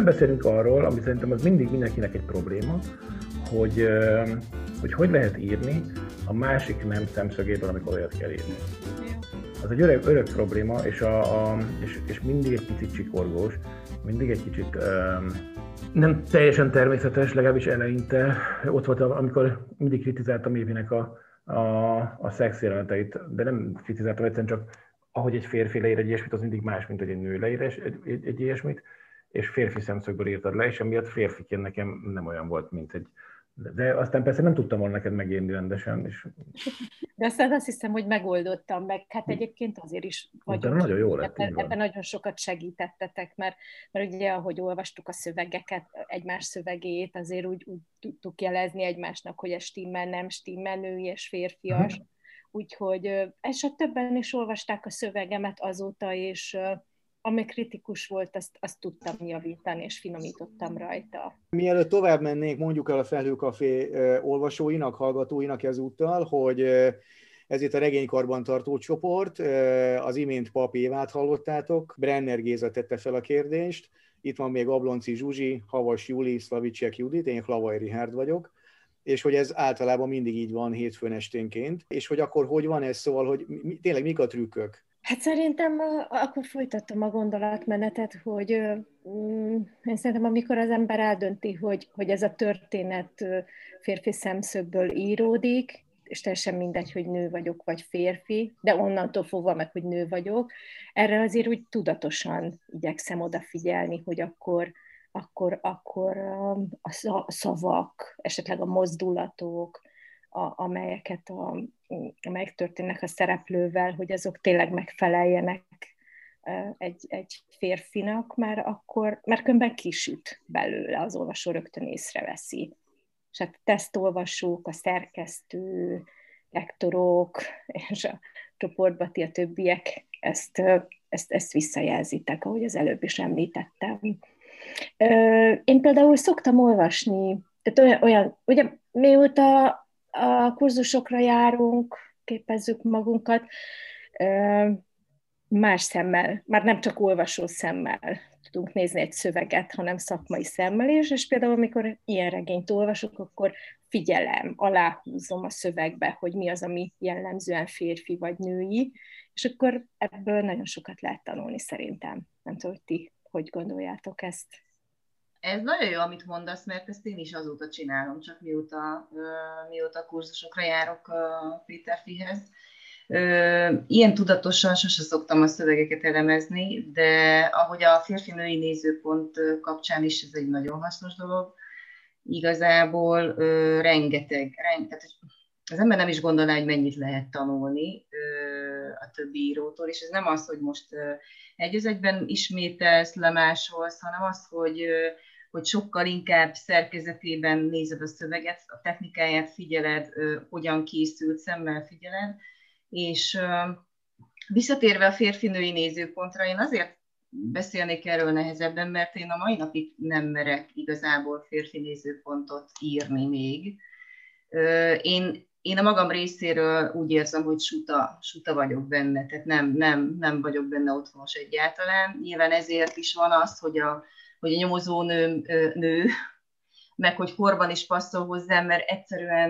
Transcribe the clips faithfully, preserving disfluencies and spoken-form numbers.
nem beszélünk arról, ami szerintem az mindig mindenkinek egy probléma, hogy hogy, hogy lehet írni a másik nem szemszögéből, amikor olyat kell írni. Az egy öreg, öreg probléma, és, a, a, és, és mindig egy picit csikorgós, mindig egy kicsit um, nem teljesen természetes, legalábbis eleinte. Ott volt, amikor mindig kritizáltam Évinek a, a, a szex jeleneteit, de nem kritizáltam egyszerűen, csak ahogy egy férfi leír egy ilyesmit, az mindig más, mint hogy egy nő leír egy, egy, egy ilyesmit, és férfi szemszögből írtad le, és emiatt férfiként nekem nem olyan volt, mint egy... De aztán persze nem tudtam volna neked megírni rendesen. És... De aztán azt hiszem, hogy megoldottam meg. Hát egyébként azért is vagyunk. Nagyon jó lett, ebben, ebben nagyon sokat segítettetek, mert, mert ugye, ahogy olvastuk a szövegeket, egymás szövegét, azért úgy, úgy tudtuk jelezni egymásnak, hogy ez stimmel, nem stimmel, női és férfias. Uh-huh. Úgyhogy, és többen is olvasták a szövegemet azóta, és ami kritikus volt, azt, azt tudtam javítani, és finomítottam rajta. Mielőtt tovább mennénk, mondjuk el a Felhőkafé olvasóinak, hallgatóinak ezúttal, hogy ez itt a regénykarbantartó csoport, az imént Pap Évát hallottátok, Brenner Géza tette fel a kérdést, itt van még Ablonci Zsuzsi, Havas Júli, Szlavicsek Judit, én Hlavaj Richárd vagyok, és hogy ez általában mindig így van hétfőn esténként, és hogy akkor hogy van ez, szóval, hogy mi, tényleg mik a trükkök? Hát szerintem akkor folytattam a gondolatmenetet, hogy mm, én szerintem amikor az ember eldönti, hogy, hogy ez a történet férfi szemszögből íródik, és teljesen mindegy, hogy nő vagyok, vagy férfi, de onnantól fogva meg, hogy nő vagyok, erre azért úgy tudatosan igyekszem odafigyelni, hogy akkor, akkor, akkor a szavak, esetleg a mozdulatok, a, amelyeket a, amelyek történnek a szereplővel, hogy azok tényleg megfeleljenek egy, egy férfinak, már akkor, mert különben kisüt belőle, az olvasó rögtön észreveszi. És hát a tesztolvasók, a szerkesztő, lektorok, és a csoportban ti a többiek ezt, ezt, ezt visszajelzitek, ahogy az előbb is említettem. Én például szoktam olvasni, tehát olyan, olyan ugye mióta a kurzusokra járunk, képezzük magunkat, más szemmel, már nem csak olvasó szemmel tudunk nézni egy szöveget, hanem szakmai szemmel is, és például amikor ilyen regényt olvasok, akkor figyelem, aláhúzom a szövegbe, hogy mi az, ami jellemzően férfi vagy női, és akkor ebből nagyon sokat lehet tanulni szerintem. Nem tudom, hogy ti hogy gondoljátok ezt? Ez nagyon jó, amit mondasz, mert ezt én is azóta csinálom, csak mióta, mióta kurzusokra járok Péter Fihez. Ilyen tudatosan sose szoktam a szövegeket elemezni, de ahogy a férfi-női nézőpont kapcsán is ez egy nagyon hasznos dolog, igazából rengeteg, rengeteg, az ember nem is gondolná, hogy mennyit lehet tanulni a többi írótól, és ez nem az, hogy most egy az egyben ismételsz, lemásolsz, hanem az, hogy hogy sokkal inkább szerkezetében nézed a szöveget, a technikáját figyeled, hogyan készült, szemmel figyeled, és visszatérve a férfi-női nézőpontra, én azért beszélnék erről nehezebben, mert én a mai napig nem merek igazából férfi nézőpontot írni még. Én, én a magam részéről úgy érzem, hogy suta, suta vagyok benne, tehát nem, nem, nem vagyok benne otthonos egyáltalán. Nyilván ezért is van az, hogy a hogy a nyomozó nő, nő, meg hogy korban is passzol hozzám, mert egyszerűen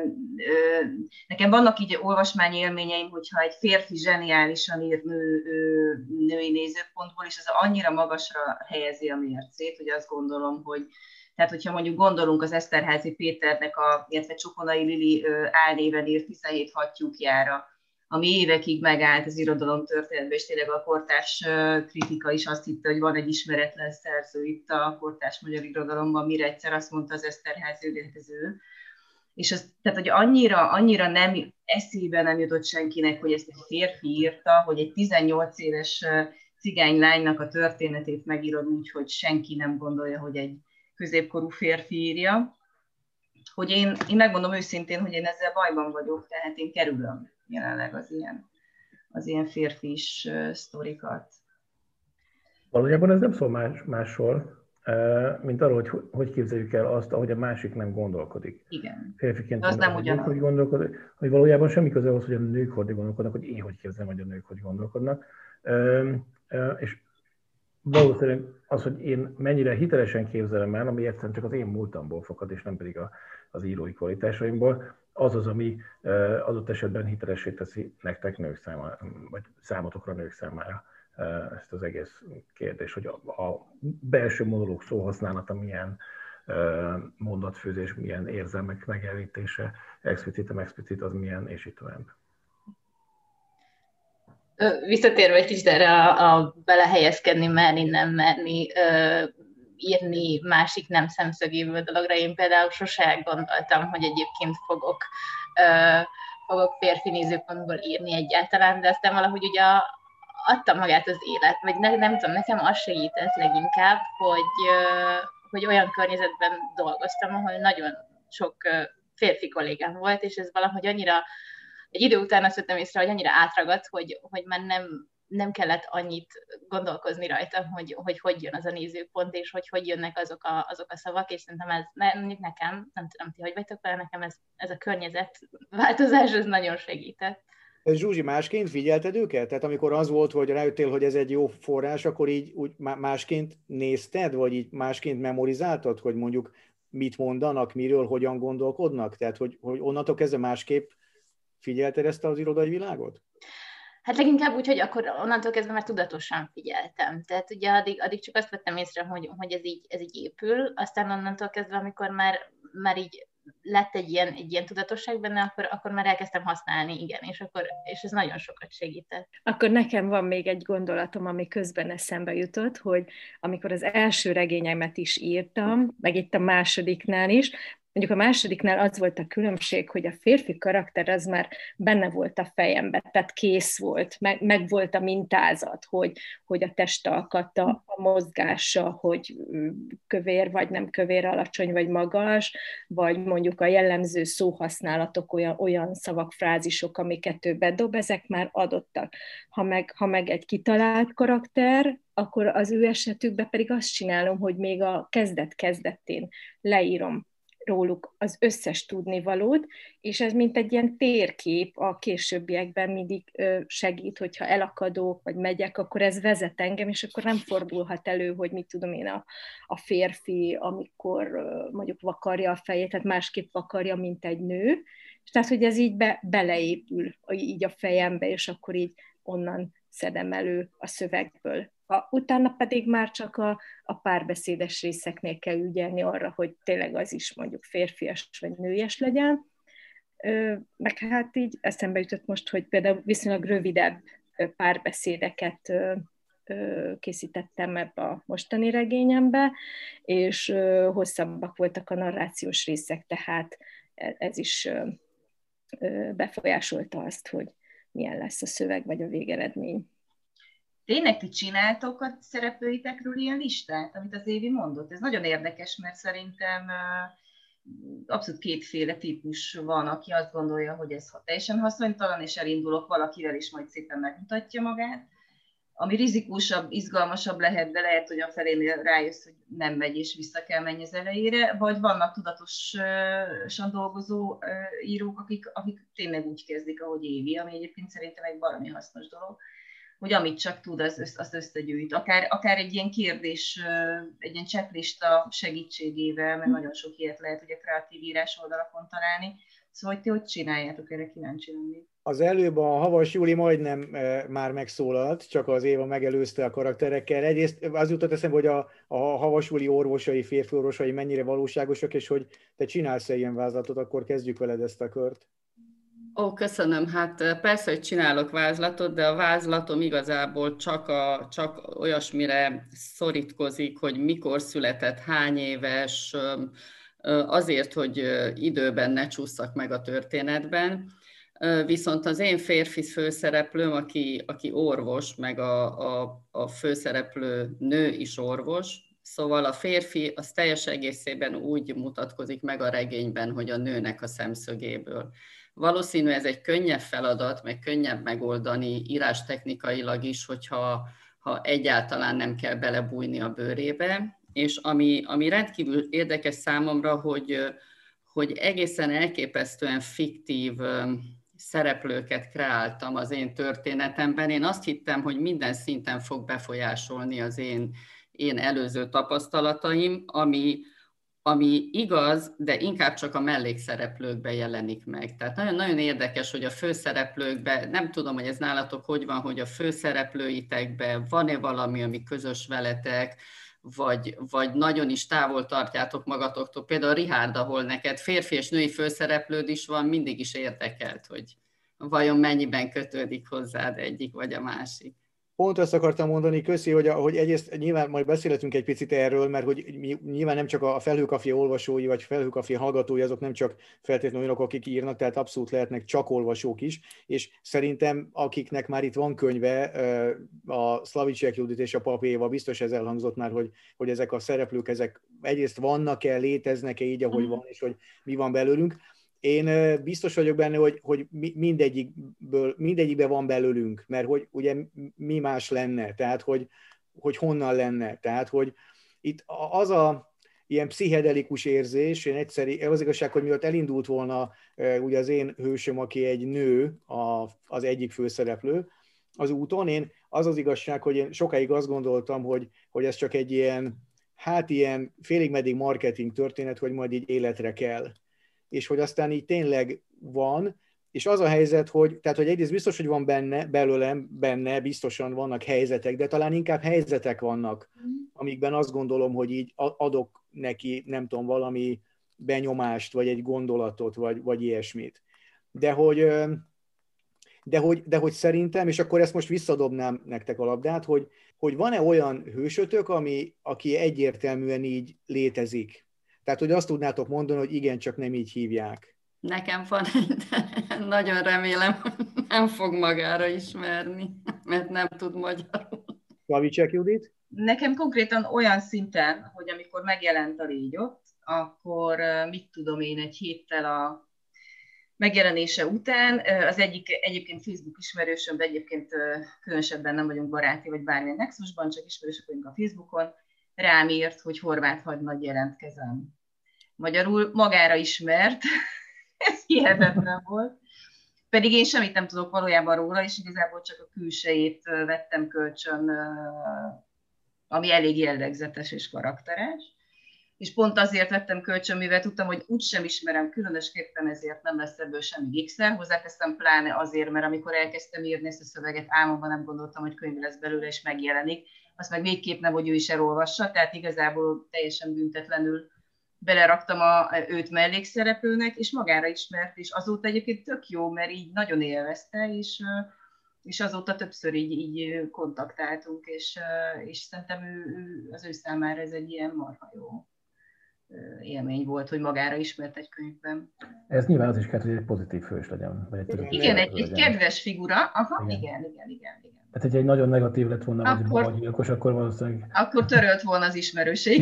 nekem vannak így olvasmányélményeim, hogyha egy férfi zseniálisan ír nő, női nézőpontból, és az annyira magasra helyezi a mércét, hogy azt gondolom, hogy tehát, hogyha mondjuk gondolunk az Eszterházy Péternek, a, illetve Csokonai Lili álnéven írt tizenhét hattyúkjára, ami évekig megállt az irodalom történetben, és tényleg a kortárs kritika is azt hitte, hogy van egy ismeretlen szerző itt a kortárs magyar irodalomban, mire egyszer azt mondta az Eszterházy, hogy ez ő. És az, tehát, hogy annyira, annyira nem, eszébe nem jutott senkinek, hogy ezt egy férfi írta, hogy egy tizennyolc éves cigánylánynak a történetét megírod úgy, hogy senki nem gondolja, hogy egy középkorú férfi írja. Hogy én, én megmondom őszintén, hogy én ezzel bajban vagyok, tehát én kerülöm jelenleg az ilyen, az ilyen férfis uh, sztorikat. Valójában ez nem szól más, másról, uh, mint arról, hogy hogy képzeljük el azt, ahogy a másik nem gondolkodik. Igen. Férfiként az nem gondolkodik, hogy gondolkodik, hogy valójában semmi köze ahhoz, hogy a nők hogy gondolkodnak, hogy én hogy képzelem, hogy a nők hogy gondolkodnak. Uh, uh, és valószínűleg az, hogy én mennyire hitelesen képzelem el, ami egyszerűen csak az én múltamból fakad, és nem pedig a, az írói kvalitásaimból, az az, ami adott esetben hitelessé teszi nektek nők számára, vagy számotokra nők számára ezt az egész kérdés, hogy a, a belső monológ szóhasználata milyen, mondatfőzés, milyen érzelmek megjelenítése, explicitem, explicit, az milyen, és így tovább. Visszatérve egy kicsit erre a, a belehelyezkedni, merni, nem merni, ö, írni másik nem szemszögéből dologra. Én például sose gondoltam, hogy egyébként fogok, ö, fogok férfi nézőpontból írni egyáltalán, de aztán valahogy ugye adta magát az élet, vagy ne, nem tudom, nekem az segített leginkább, hogy, ö, hogy olyan környezetben dolgoztam, ahol nagyon sok ö, férfi kollégám volt, és ez valahogy annyira egy idő után azt vettem észre, hogy annyira átragadt, hogy, hogy már nem, nem kellett annyit gondolkozni rajta, hogy, hogy hogy jön az a nézőpont, és hogy hogy jönnek azok a, azok a szavak, és szerintem ez ne, nekem, nem tudom ti, hogy vagytok vele, nekem ez, ez a környezet változás, ez nagyon segített. Zsuzsi, másként figyelted őket? Tehát amikor az volt, hogy rájöttél, hogy ez egy jó forrás, akkor így úgy másként nézted, vagy így másként memorizáltad, hogy mondjuk mit mondanak, miről, hogyan gondolkodnak? Tehát, hogy, hogy onnantól kezdve másképp figyelted ezt az irodai világot? Hát leginkább úgy, hogy akkor onnantól kezdve már tudatosan figyeltem. Tehát ugye addig, addig csak azt vettem észre, hogy, hogy ez, így, ez így épül, aztán onnantól kezdve, amikor már, már így lett egy ilyen, egy ilyen tudatosság benne, akkor, akkor már elkezdtem használni, igen, és, akkor, és ez nagyon sokat segített. Akkor nekem van még egy gondolatom, ami közben eszembe jutott, hogy amikor az első regényemet is írtam, meg itt a másodiknál is, mondjuk a másodiknál az volt a különbség, hogy a férfi karakter az már benne volt a fejemben, tehát kész volt, meg, meg volt a mintázat, hogy, hogy a testalkata, a mozgása, hogy kövér vagy nem kövér, alacsony vagy magas, vagy mondjuk a jellemző szóhasználatok, olyan, olyan szavak, frázisok, amiket ő bedob, ezek már adottak. Ha meg, ha meg egy kitalált karakter, akkor az ő esetükben pedig azt csinálom, hogy még a kezdet-kezdetén leírom róluk az összes tudnivalót, és ez mint egy ilyen térkép a későbbiekben mindig segít, hogyha elakadok, vagy megyek, akkor ez vezet engem, és akkor nem fordulhat elő, hogy mit tudom én, a, a férfi, amikor mondjuk vakarja a fejét, tehát másképp vakarja, mint egy nő, és tehát, hogy ez így be, beleépül így a fejembe, és akkor így onnan szedem elő a szövegből. A, utána pedig már csak a, a párbeszédes részeknél kell ügyelni arra, hogy tényleg az is mondjuk férfias vagy nőies legyen. Ö, meg hát így eszembe jutott most, hogy például viszonylag rövidebb párbeszédeket ö, ö, készítettem ebbe a mostani regényembe, és ö, hosszabbak voltak a narrációs részek, tehát ez is ö, ö, befolyásolta azt, hogy milyen lesz a szöveg vagy a végeredmény. Tényleg ti csináltok a szereplőitekről ilyen listát, amit az Évi mondott? Ez nagyon érdekes, mert szerintem abszolút kétféle típus van, aki azt gondolja, hogy ez teljesen haszonytalan, és elindulok valakivel, és majd szépen megmutatja magát. Ami rizikósabb, izgalmasabb lehet, de lehet, hogy a felénél rájössz, hogy nem megy, és vissza kell menni az elejére, vagy vannak tudatosan dolgozó írók, akik, akik tényleg úgy kezdik, ahogy Évi, ami egyébként szerintem egy baromi hasznos dolog, hogy amit csak tud, az, az összegyűjt. Akár, akár egy ilyen kérdés, egy ilyen checklista segítségével, mert nagyon sok ilyet lehet ugye kreatív írás oldalakon találni. Szóval, hogy ti hogy csináljátok, erre kíváncsi lenni. Az előbb a Havas Júli majdnem e, már megszólalt, csak az Éva megelőzte a karakterekkel. Egyrészt az jutott eszembe, hogy a, a Havas Júli orvosai, férfi orvosai mennyire valóságosak, és hogy te csinálsz-e ilyen vázlatot, akkor kezdjük veled ezt a kört. Ó, köszönöm. Hát persze, hogy csinálok vázlatot, de a vázlatom igazából csak, a, csak olyasmire szorítkozik, hogy mikor született, hány éves, azért, hogy időben ne csúszszak meg a történetben. Viszont az én férfi főszereplőm, aki, aki orvos, meg a, a, a főszereplő nő is orvos, szóval a férfi az teljes egészében úgy mutatkozik meg a regényben, hogy a nőnek a szemszögéből. Valószínű ez egy könnyebb feladat, meg könnyebb megoldani írástechnikailag is, hogyha ha egyáltalán nem kell belebújni a bőrébe. És ami, ami rendkívül érdekes számomra, hogy, hogy egészen elképesztően fiktív szereplőket kreáltam az én történetemben. Én azt hittem, hogy minden szinten fog befolyásolni az én, én előző tapasztalataim, ami, ami igaz, de inkább csak a mellékszereplőkben jelenik meg. Tehát nagyon-nagyon érdekes, hogy a főszereplőkben, nem tudom, hogy ez nálatok hogy van, hogy a főszereplőitekben van-e valami, ami közös veletek, vagy, vagy nagyon is távol tartjátok magatoktól. Például Richárd, ahol neked férfi és női főszereplőd is van, mindig is érdekelt, hogy vajon mennyiben kötődik hozzád egyik vagy a másik. Pont azt akartam mondani, köszi, hogy, hogy egyrészt nyilván majd beszélhetünk egy picit erről, mert hogy nyilván nem csak a Felhőkafé olvasói, vagy Felhőkafé hallgatói, azok nem csak feltétlenül olyanok, akik írnak, tehát abszolút lehetnek csak olvasók is, és szerintem akiknek már itt van könyve, a Szlavicek Judit és a Pap Éva, biztos ez elhangzott már, hogy, hogy ezek a szereplők, ezek egyrészt vannak-e, léteznek-e így, ahogy van, és hogy mi van belőlünk. Én biztos vagyok benne, hogy, hogy mindegyikből, mindegyikben van belőlünk, mert hogy ugye mi más lenne, tehát hogy, hogy honnan lenne. Tehát, hogy itt az a ilyen pszichedelikus érzés, én egyszerű, az igazság, hogy miatt elindult volna ugye az én hősöm, aki egy nő, a, az egyik főszereplő az úton, én az az igazság, hogy én sokáig azt gondoltam, hogy, hogy ez csak egy ilyen, hát ilyen félig-meddig marketing történet, hogy majd így életre kell. És hogy aztán így tényleg van, és az a helyzet, hogy, tehát, hogy egyrészt biztos, hogy van benne, belőlem, benne biztosan vannak helyzetek, de talán inkább helyzetek vannak, amikben azt gondolom, hogy így adok neki, nem tudom, valami benyomást, vagy egy gondolatot, vagy, vagy ilyesmit. De hogy, de, hogy, de hogy szerintem, és akkor ezt most visszadobnám nektek a labdát, hogy, hogy van-e olyan hősötök, ami, aki egyértelműen így létezik? Tehát, hogy azt tudnátok mondani, hogy igen, csak nem így hívják. Nekem van, de nagyon remélem, hogy nem fog magára ismerni, mert nem tud magyarul. Szlavicek Judit? Nekem konkrétan olyan szinten, hogy amikor megjelent a Légy ott, akkor mit tudom én, egy héttel a megjelenése után, az egyik egyébként Facebook ismerősöm, de egyébként különösebben nem vagyunk baráti, vagy bármilyen nexusban, csak ismerősök vagyunk a Facebookon, rám írt, hogy Horváth Hagynagy jelentkezem. Magyarul magára ismert, ez hihetetlen volt. Pedig én semmit nem tudok valójában róla, és igazából csak a külsejét vettem kölcsön, ami elég jellegzetes és karakteres. És pont azért vettem kölcsön, mivel tudtam, hogy úgysem ismerem, különösképpen ezért nem lesz ebből semmi gigszer. Hozzáteszem pláne azért, mert amikor elkezdtem írni ezt a szöveget, álmomban nem gondoltam, hogy könyv lesz belőle és megjelenik. Azt meg végképp nem, hogy ő is elolvassa, tehát igazából teljesen büntetlenül beleraktam a, őt mellékszereplőnek, és magára ismert, és azóta egyébként tök jó, mert így nagyon élvezte, és, és azóta többször így, így kontaktáltunk, és, és szerintem ő, ő, az ő számára ez egy ilyen marha jó élmény volt, hogy magára ismert egy könyvben. Ez nyilván az is kell, hogy egy pozitív hős legyen. Vagy egy igen, egy, egy kedves figura, aha, igen, igen, igen, igen. igen. Tehát, hogy egy nagyon negatív lett volna, akkor, vagy gyilkos, akkor valószínűleg... Akkor törölt volna az ismerőség.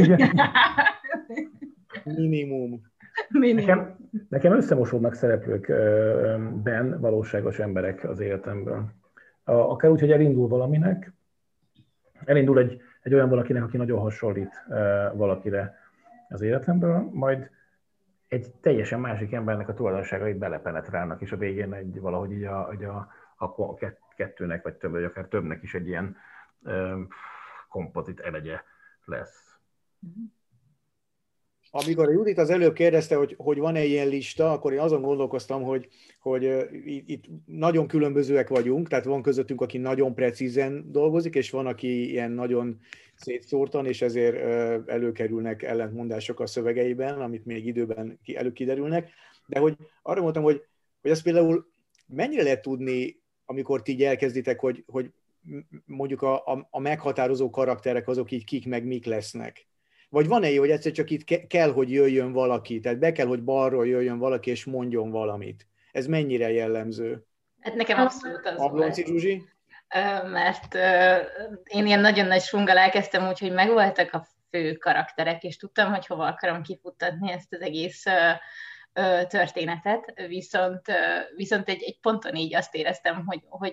Minimum. Minimum. Nekem, nekem összemosódnak szereplőkben valóságos emberek az életemből. Akár úgy, hogy elindul valaminek, elindul egy, egy olyan valakinek, aki nagyon hasonlít valakire az életemből, majd egy teljesen másik embernek a tulajdonságait belepenetrálnak, és a végén egy valahogy így a, a, a kettőnek, vagy több, vagy akár többnek is egy ilyen kompozit elegye lesz. Amikor a Judit az előbb kérdezte, hogy, hogy van-e ilyen lista, akkor én azon gondolkoztam, hogy, hogy itt nagyon különbözőek vagyunk, tehát van közöttünk, aki nagyon precízen dolgozik, és van, aki ilyen nagyon szétszórtan, és ezért előkerülnek ellentmondások a szövegeiben, amit még időben előkiderülnek. De hogy arra mondtam, hogy, hogy azt például mennyire lehet tudni, amikor ti így elkezditek, hogy, hogy mondjuk a, a, a meghatározó karakterek azok így kik meg mik lesznek. Vagy van-e jó, hogy egyszer csak itt ke- kell, hogy jöjjön valaki, tehát be kell, hogy balról jöjjön valaki, és mondjon valamit. Ez mennyire jellemző? Hát nekem abszolút az Ablonci volt. Zsuzsi? Mert én ilyen nagyon nagy sprunggal elkezdtem úgy, hogy megvoltak a fő karakterek, és tudtam, hogy hova akarom kifuttatni ezt az egész történetet, viszont, viszont egy, egy ponton így azt éreztem, hogy, hogy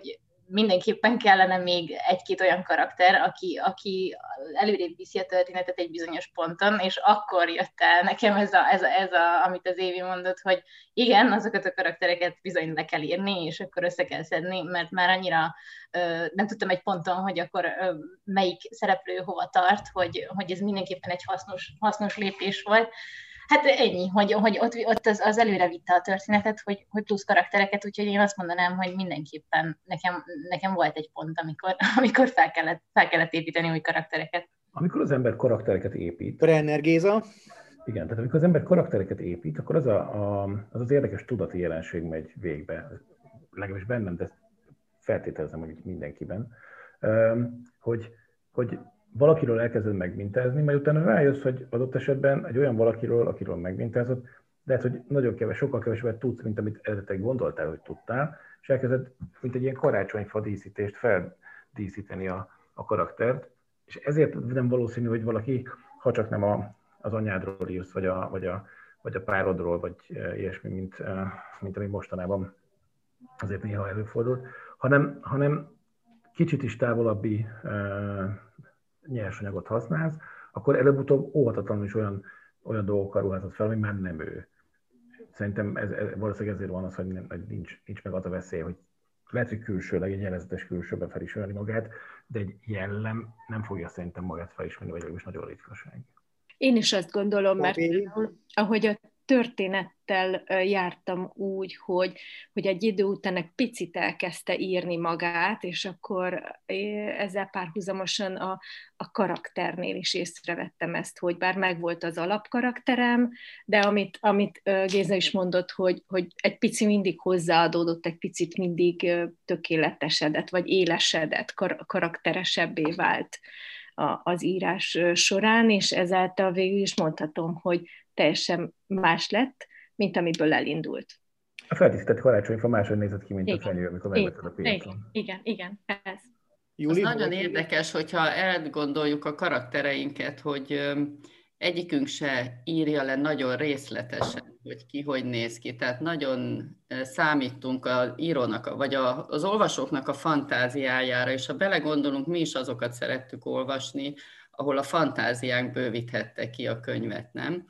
mindenképpen kellene még egy-két olyan karakter, aki, aki előrébb viszi a történetet egy bizonyos ponton, és akkor jött el nekem ez, a, ez, a, ez a, amit az Évi mondott, hogy igen, azokat a karaktereket bizony le kell írni, és akkor össze kell szedni, mert már annyira ö, nem tudtam egy ponton, hogy akkor ö, melyik szereplő hova tart, hogy, hogy ez mindenképpen egy hasznos, hasznos lépés volt. Hát ennyi, hogy, hogy ott, ott az, az előre vitte a történetet, hogy, hogy plusz karaktereket, úgyhogy én azt mondanám, hogy mindenképpen nekem, nekem volt egy pont, amikor, amikor fel, kellett, fel kellett építeni új karaktereket. Amikor az ember karaktereket épít... Brenner Géza. Igen, tehát amikor az ember karaktereket épít, akkor az a, a, az, az érdekes tudati jelenség megy végbe. Legalábbis bennem, de ezt feltételezem, hogy mindenkiben, hogy, hogy valakiről elkezded megmintázni, majd utána rájössz, hogy adott esetben egy olyan valakiről, akiről megmintázott, lehet, hogy nagyon kevés, sokkal kevesebbet tudsz, mint amit eredetileg gondoltál, hogy tudtál, és elkezded, mint egy ilyen karácsonyfa díszítést feldíszíteni a, a karaktert, és ezért nem valószínű, hogy valaki, ha csak nem a, az anyádról írsz, vagy a, vagy, a, vagy a párodról, vagy ilyesmi, mint, mint ami mostanában azért néha előfordul, hanem, hanem kicsit is távolabbi nyersanyagot használsz, akkor előbb-utóbb óhatatlanul is olyan, olyan dolgokkal ruházod fel, ami már nem ő. Szerintem ez, ez, valószínűleg ezért van az, hogy, nem, hogy nincs, nincs meg az a veszély, hogy lehet, hogy külsőleg, egy jelezetes külsőben felismerni magát, de egy jellem nem fogja szerintem magát felismerni, vagy legalábbis nagyon ritkaság. Én is azt gondolom, mert ahogy a történettel jártam úgy, hogy, hogy egy idő után egy picit elkezdte írni magát, és akkor ezzel párhuzamosan a, a karakternél is észrevettem ezt, hogy bár megvolt az alapkarakterem, de amit, amit Géza is mondott, hogy, hogy egy pici mindig hozzáadódott, egy picit mindig tökéletesedett, vagy élesedett, kar- karakteresebbé vált az írás során, és ezáltal végül is mondhatom, hogy teljesen más lett, mint amiből elindult. A feltisztelt karácsonyfa máshogy nézett ki, mint igen. A fenyő, amikor megvetted a piacon. Igen, igen, ez. Júli, az nagyon érdekes, hogyha elgondoljuk a karaktereinket, hogy egyikünk se írja le nagyon részletesen, hogy ki hogy néz ki. Tehát nagyon számítunk az írónak, vagy az olvasóknak a fantáziájára, és ha belegondolunk, mi is azokat szerettük olvasni, ahol a fantáziánk bővíthette ki a könyvet, nem?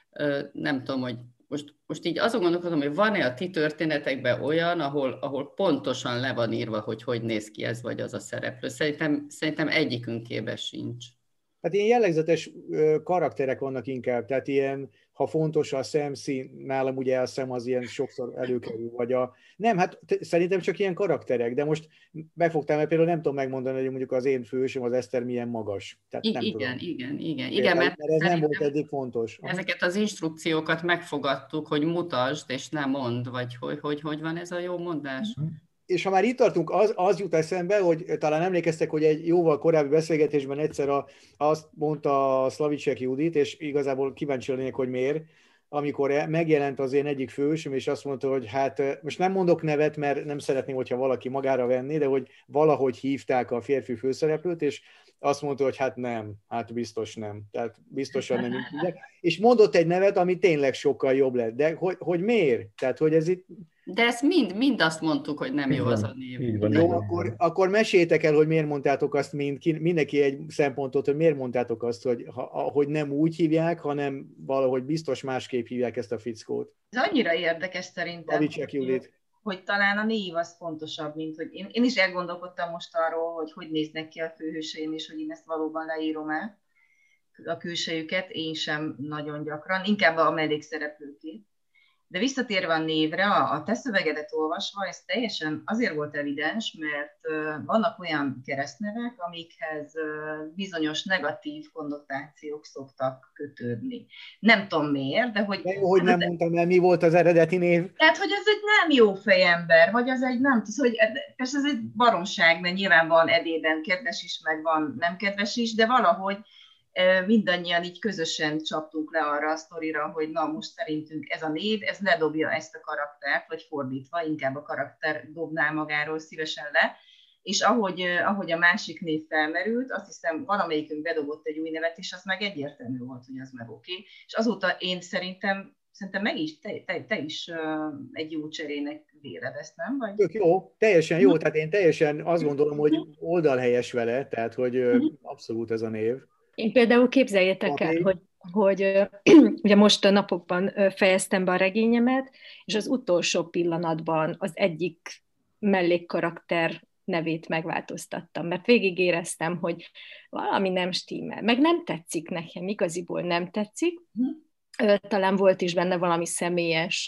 Nem tudom, hogy most, most így azon gondolkodom, hogy van-e a ti történetekben olyan, ahol, ahol pontosan le van írva, hogy hogy néz ki ez vagy az a szereplő. Szerintem, szerintem egyikünkében sincs. Hát ilyen jellegzetes karakterek vannak inkább, tehát ilyen, ha fontos a szemszín, nálam ugye a szem az ilyen sokszor előkerül, vagy a... Nem, hát szerintem csak ilyen karakterek, de most megfogtál, mert például nem tudom megmondani, hogy mondjuk az én fősöm, az Eszter milyen magas. Tehát nem igen, tudom. igen, igen, igen, mert, mert ez nem volt eddig fontos. Ezeket az instrukciókat megfogadtuk, hogy mutasd, és nem mondd, vagy hogy, hogy, hogy van ez a jó mondás? És ha már itt tartunk, az, az jut eszembe, hogy talán emlékeztek, hogy egy jóval korábbi beszélgetésben egyszer a, azt mondta Szlavicek Judit, és igazából kíváncsi lennék, hogy miért, amikor megjelent az én egyik fősöm, és azt mondta, hogy hát most nem mondok nevet, mert nem szeretném, hogyha valaki magára venni, de hogy valahogy hívták a férfi főszereplőt, és azt mondta, hogy hát nem, hát biztos nem. Tehát biztosan nem így hívják. És mondott egy nevet, ami tényleg sokkal jobb lett. De hogy, hogy miért? Tehát, hogy ez itt... De ezt mind, mind azt mondtuk, hogy nem jó az a név. Van, jó, akkor, akkor meséljétek el, hogy miért mondtátok azt, mind, mindenki egy szempontot, hogy miért mondtátok azt, hogy, ha, hogy nem úgy hívják, hanem valahogy biztos másképp hívják ezt a fickót. Ez annyira érdekes szerintem, hogy, hogy talán a név az fontosabb, mint hogy én, én is elgondolkodtam most arról, hogy hogy néznek ki a főhőseim, és hogy én ezt valóban leírom el, a külsejüket, én sem nagyon gyakran, inkább a mellékszereplőké. De visszatérve a névre, a te szövegedet olvasva, ez teljesen azért volt evidens, mert vannak olyan keresztnevek, amikhez bizonyos negatív konnotációk szoktak kötődni. Nem tudom miért, de hogy... De jó, hogy nem mondtam el, mi volt az eredeti név. Tehát, hogy ez egy nem jó fejember, vagy az egy nem tudom, hogy persze ez egy baromság, mert nyilván van edében kedves is, meg van nem kedves is, de valahogy mindannyian így közösen csaptunk le arra a sztorira, hogy na most szerintünk ez a név, ez ledobja ezt a karaktert, vagy fordítva, inkább a karakter dobná magáról szívesen le, és ahogy, ahogy a másik név felmerült, azt hiszem valamelyikünk bedobott egy új nevet, és az meg egyértelmű volt, hogy az meg oké. Okay. És azóta én szerintem szerintem meg is, te, te, te is egy jó cserének véled ezt, nem? Vagy? Tök jó, teljesen jó, tehát én teljesen azt gondolom, hogy oldalhelyes vele, tehát hogy abszolút ez a név. Én például képzeljétek okay. el, hogy, hogy ugye most a napokban fejeztem be a regényemet, és az utolsó pillanatban az egyik mellékkarakter nevét megváltoztattam, mert végig éreztem, hogy valami nem stimmel, meg nem tetszik nekem, igaziból nem tetszik. Talán volt is benne valami személyes,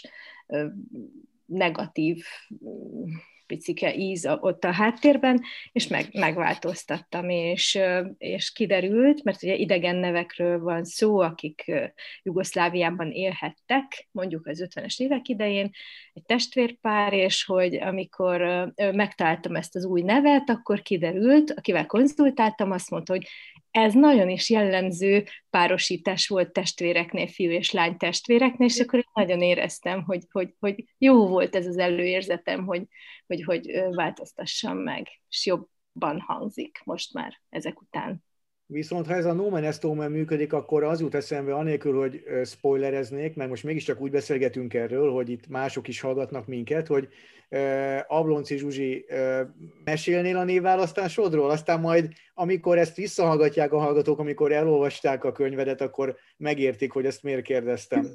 negatív picike íz ott a háttérben, és meg, megváltoztattam, és, és kiderült, mert ugye idegen nevekről van szó, akik Jugoszláviában élhettek, mondjuk az ötvenes évek idején, egy testvérpár, és hogy amikor megtaláltam ezt az új nevet, akkor kiderült, akivel konzultáltam, azt mondta, hogy ez nagyon is jellemző párosítás volt testvéreknél, fiú és lány testvéreknél, és akkor én nagyon éreztem, hogy, hogy, hogy jó volt ez az előérzetem, hogy, hogy, hogy változtassam meg, és jobban hangzik most már ezek után. Viszont ha ez a No Man Omen működik, akkor az jut eszembe, anélkül, hogy spoilereznék, mert most mégiscsak úgy beszélgetünk erről, hogy itt mások is hallgatnak minket, hogy uh, Ablonczy Zsuzsi, uh, mesélnél a névválasztásodról? Aztán majd, amikor ezt visszahallgatják a hallgatók, amikor elolvasták a könyvedet, akkor megértik, hogy ezt miért kérdeztem.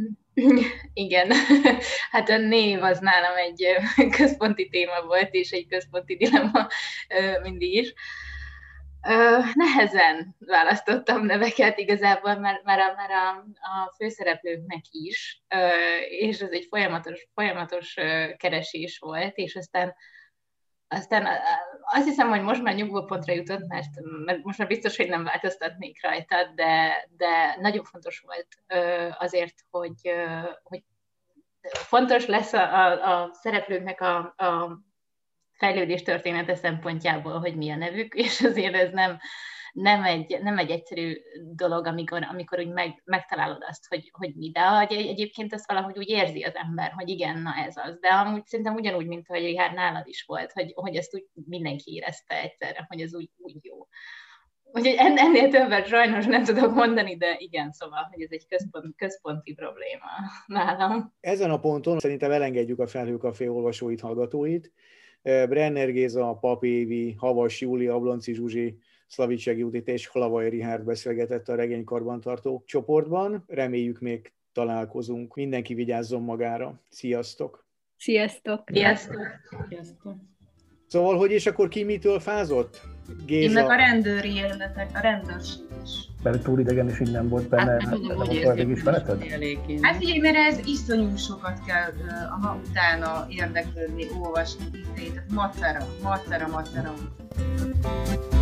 Igen, hát a név az nálam egy központi téma volt, és egy központi dilemma mindig is. Uh, nehezen választottam neveket igazából, mert már a, már a, a főszereplőknek is, uh, és ez egy folyamatos, folyamatos uh, keresés volt, és aztán, aztán uh, azt hiszem, hogy most már nyugvópontra jutott, mert, mert most már biztos, hogy nem változtatnék rajta, de, de nagyon fontos volt uh, azért, hogy, uh, hogy fontos lesz a, a, a szereplőknek a, a fejlődés története szempontjából, hogy mi a nevük, és azért ez nem, nem, egy, nem egy egyszerű dolog, amikor, amikor úgy meg, megtalálod azt, hogy, hogy mi, de egy, egyébként ezt valahogy úgy érzi az ember, hogy igen, na ez az. De amúgy szerintem ugyanúgy, mint hogy Richard nálad is volt, hogy, hogy ezt úgy mindenki érezte egyszerre, hogy ez úgy, úgy jó. Úgyhogy ennél többet sajnos nem tudok mondani, de igen, szóval, hogy ez egy központ, központi probléma nálam. Ezen a ponton szerintem elengedjük a Felhőkafé olvasóit, hallgatóit. Brenner Géza, Pap Évi, Havas Júli, Ablonczy Zsuzsi, Szlavicsek Judit és Hlavaj Richárd beszélgetett a regény karbantartó csoportban. Reméljük még találkozunk. Mindenki vigyázzon magára. Sziasztok! Sziasztok! Sziasztok! Sziasztok! Szóval, hogy és akkor ki mitől fázott? Géza. Én meg a rendőri életek, a rendőrség is. Mert túl idegen is így nem volt benne. Hát nem tudom, hogy érzik, hát figyelj, mert ez iszonyú sokat kell uh, utána érdeklődni, olvasni, tehát macera, macera, macera.